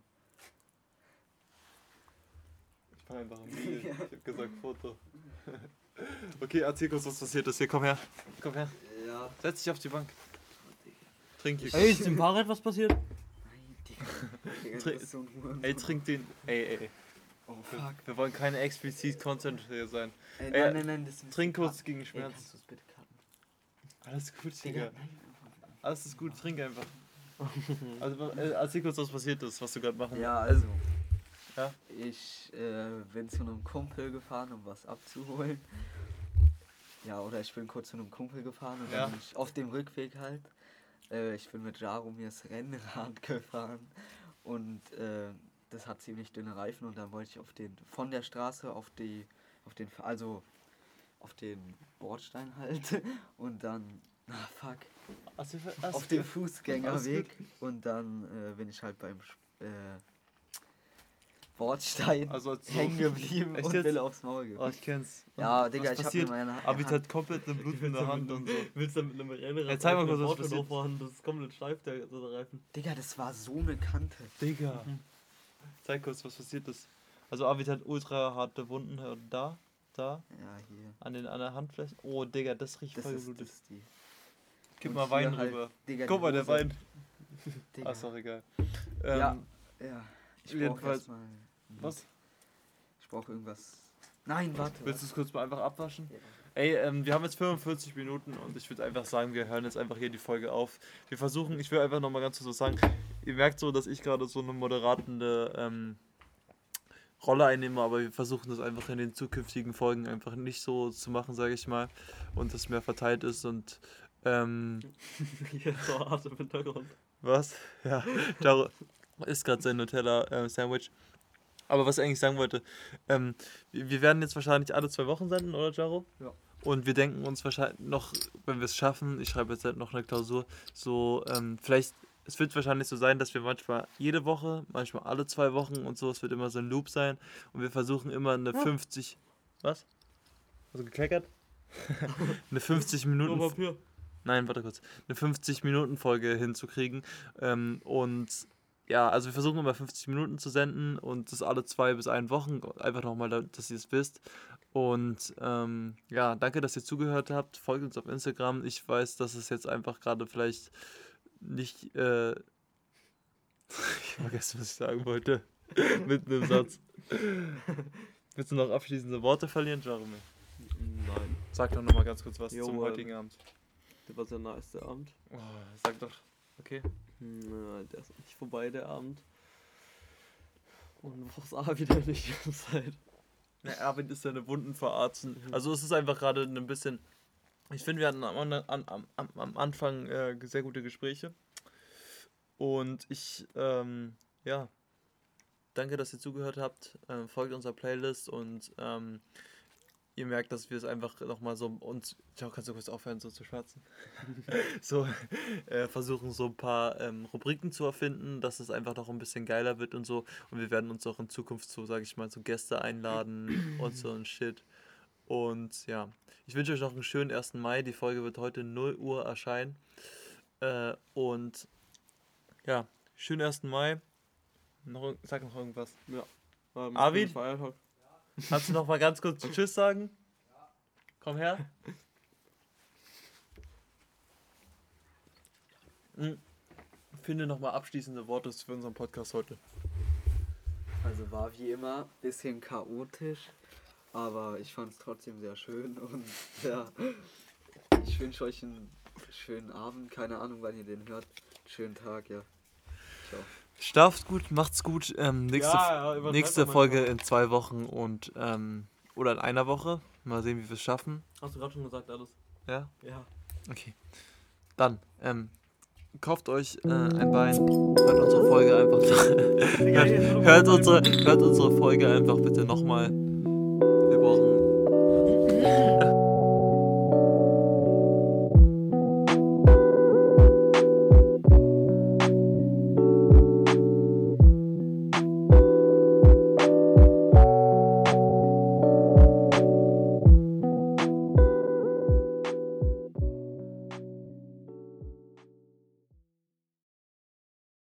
Ich mache einfach ein Video. Ich hab gesagt Foto. Okay, erzähl kurz, was passiert ist. Hier, komm her. Ja. Setz dich auf die Bank. Trink hier. Ey, ist dem Fahrrad was passiert? Nein, Digga, du bist so ein Hurensohn. Ey, trink den. Ey. Oh fuck. Wir wollen keine explizit Content hier sein. Nein, das ist Trink kurz gegen Ey, Schmerzen. kannst du es bitte cutten? Alles gut, Digga, Digga. nein. Alles ist gut, trink einfach. Also erzähl kurz, was passiert ist, was du gerade machen Ja, also. Ja? Ich bin zu einem Kumpel gefahren, um was abzuholen. Ja, oder ich bin kurz zu einem Kumpel gefahren und Ja. dann bin ich auf dem Rückweg halt. Ich bin mit Jaromirs Rennrad gefahren und das hat ziemlich dünne Reifen und dann wollte ich von der Straße auf den Bordstein halt und dann, auf dem Fußgängerweg und dann bin ich halt beim Bordstein Also als so- hängen geblieben Echt und jetzt? bin aufs Maul gekommen. Oh, ich kenn's. Und Ja, Digga, was ich hab passiert? mir meine Arvid hat komplett eine Blut in der Hand und so. Willst du mit einem Rennrad Ja, zeig mal kurz, was Auto passiert. noch fahren? Das ist komplett steif, der Reifen. Digga, das war so eine Kante. Digga. Zeig kurz, was passiert ist. Also Arvid hat ultra harte Wunden da, Ja, hier. an der Handfläche. Oh, Digga, das riecht Das voll ist, geblutet. das ist die. Gib und mal hier Wein halt, rüber. Digga, Guck die mal, der Hose. Wein. Digga. Ah, ist doch egal. Ja, ich brauch jedenfalls- erstmal. Was? Ich brauche irgendwas. Nein, warte. Willst du es kurz mal einfach abwaschen? Ja. Ey, wir haben jetzt 45 Minuten und ich würde einfach sagen, wir hören jetzt einfach hier die Folge auf. Wir versuchen, ich will einfach nochmal ganz kurz was sagen. Ihr merkt so, dass ich gerade so eine moderatende Rolle einnehme, aber wir versuchen das einfach in den zukünftigen Folgen einfach nicht so zu machen, sage ich mal. Und dass mehr verteilt ist und Jetzt so hart im Hintergrund. was? Ja, Jaro isst gerade sein Nutella-Sandwich. Aber was ich eigentlich sagen wollte, wir werden jetzt wahrscheinlich alle 2 Wochen senden, oder Jaro? Ja. Und wir denken uns wahrscheinlich noch, wenn wir es schaffen, ich schreibe jetzt halt noch eine Klausur, so vielleicht, es wird wahrscheinlich so sein, dass wir manchmal jede Woche, manchmal alle 2 Wochen und so, es wird immer so ein Loop sein und wir versuchen immer eine 50, was? Hast du gekleckert? Eine 50 Minuten, Nur Papier. nein, warte kurz, eine 50-Minuten-Folge hinzukriegen und ja, also wir versuchen immer 50 Minuten zu senden und das alle 2 bis 1 Wochen, einfach nochmal, dass ihr es wisst. Und ja, danke, dass ihr zugehört habt. Folgt uns auf Instagram. Ich weiß, dass es jetzt einfach gerade vielleicht nicht. Ich habe vergessen, was ich sagen wollte. Mitten im Satz. Willst du noch abschließende Worte verlieren, Jeremy? Nein. Sag doch nochmal ganz kurz was Jo, zum heutigen Abend. Der war sehr nice, der Abend. Oh, sag doch. Okay. Na, der ist nicht vorbei, der Abend. Und was A wieder nicht die ganze Zeit. Der Erwin ist seine Wunden verarzten. Also es ist einfach gerade ein bisschen. Ich finde, wir hatten am Anfang sehr gute Gespräche. Und ich, ja, danke, dass ihr zugehört habt. Folgt unserer Playlist und ihr merkt, dass wir es einfach nochmal so uns. Ciao, kannst du kurz aufhören, so zu schwatzen? So, versuchen so ein paar Rubriken zu erfinden, dass es einfach noch ein bisschen geiler wird und so. Und wir werden uns auch in Zukunft so, sage ich mal, so Gäste einladen und so ein Shit. Und ja, ich wünsche euch noch einen schönen 1. Mai. Die Folge wird heute 0 Uhr erscheinen. Und ja, schönen 1. Mai. Sag noch irgendwas. Ja. Arvid? Feiertag. Kannst du noch mal ganz kurz Tschüss sagen? Komm her. Finde noch mal abschließende Worte für unseren Podcast heute. Also war wie immer ein bisschen chaotisch, aber ich fand es trotzdem sehr schön und ja, ich wünsche euch einen schönen Abend, keine Ahnung, wann ihr den hört. Schönen Tag, ja. Ciao. Schlaft gut, macht's gut. übertreib Nächste doch Folge manchmal. in 2 Wochen und oder in einer Woche. Mal sehen, wie wir es schaffen. Hast du gerade schon gesagt alles? Ja? Ja. Okay. Dann, kauft euch ein Wein, hört unsere Folge einfach hört unsere Folge einfach bitte nochmal.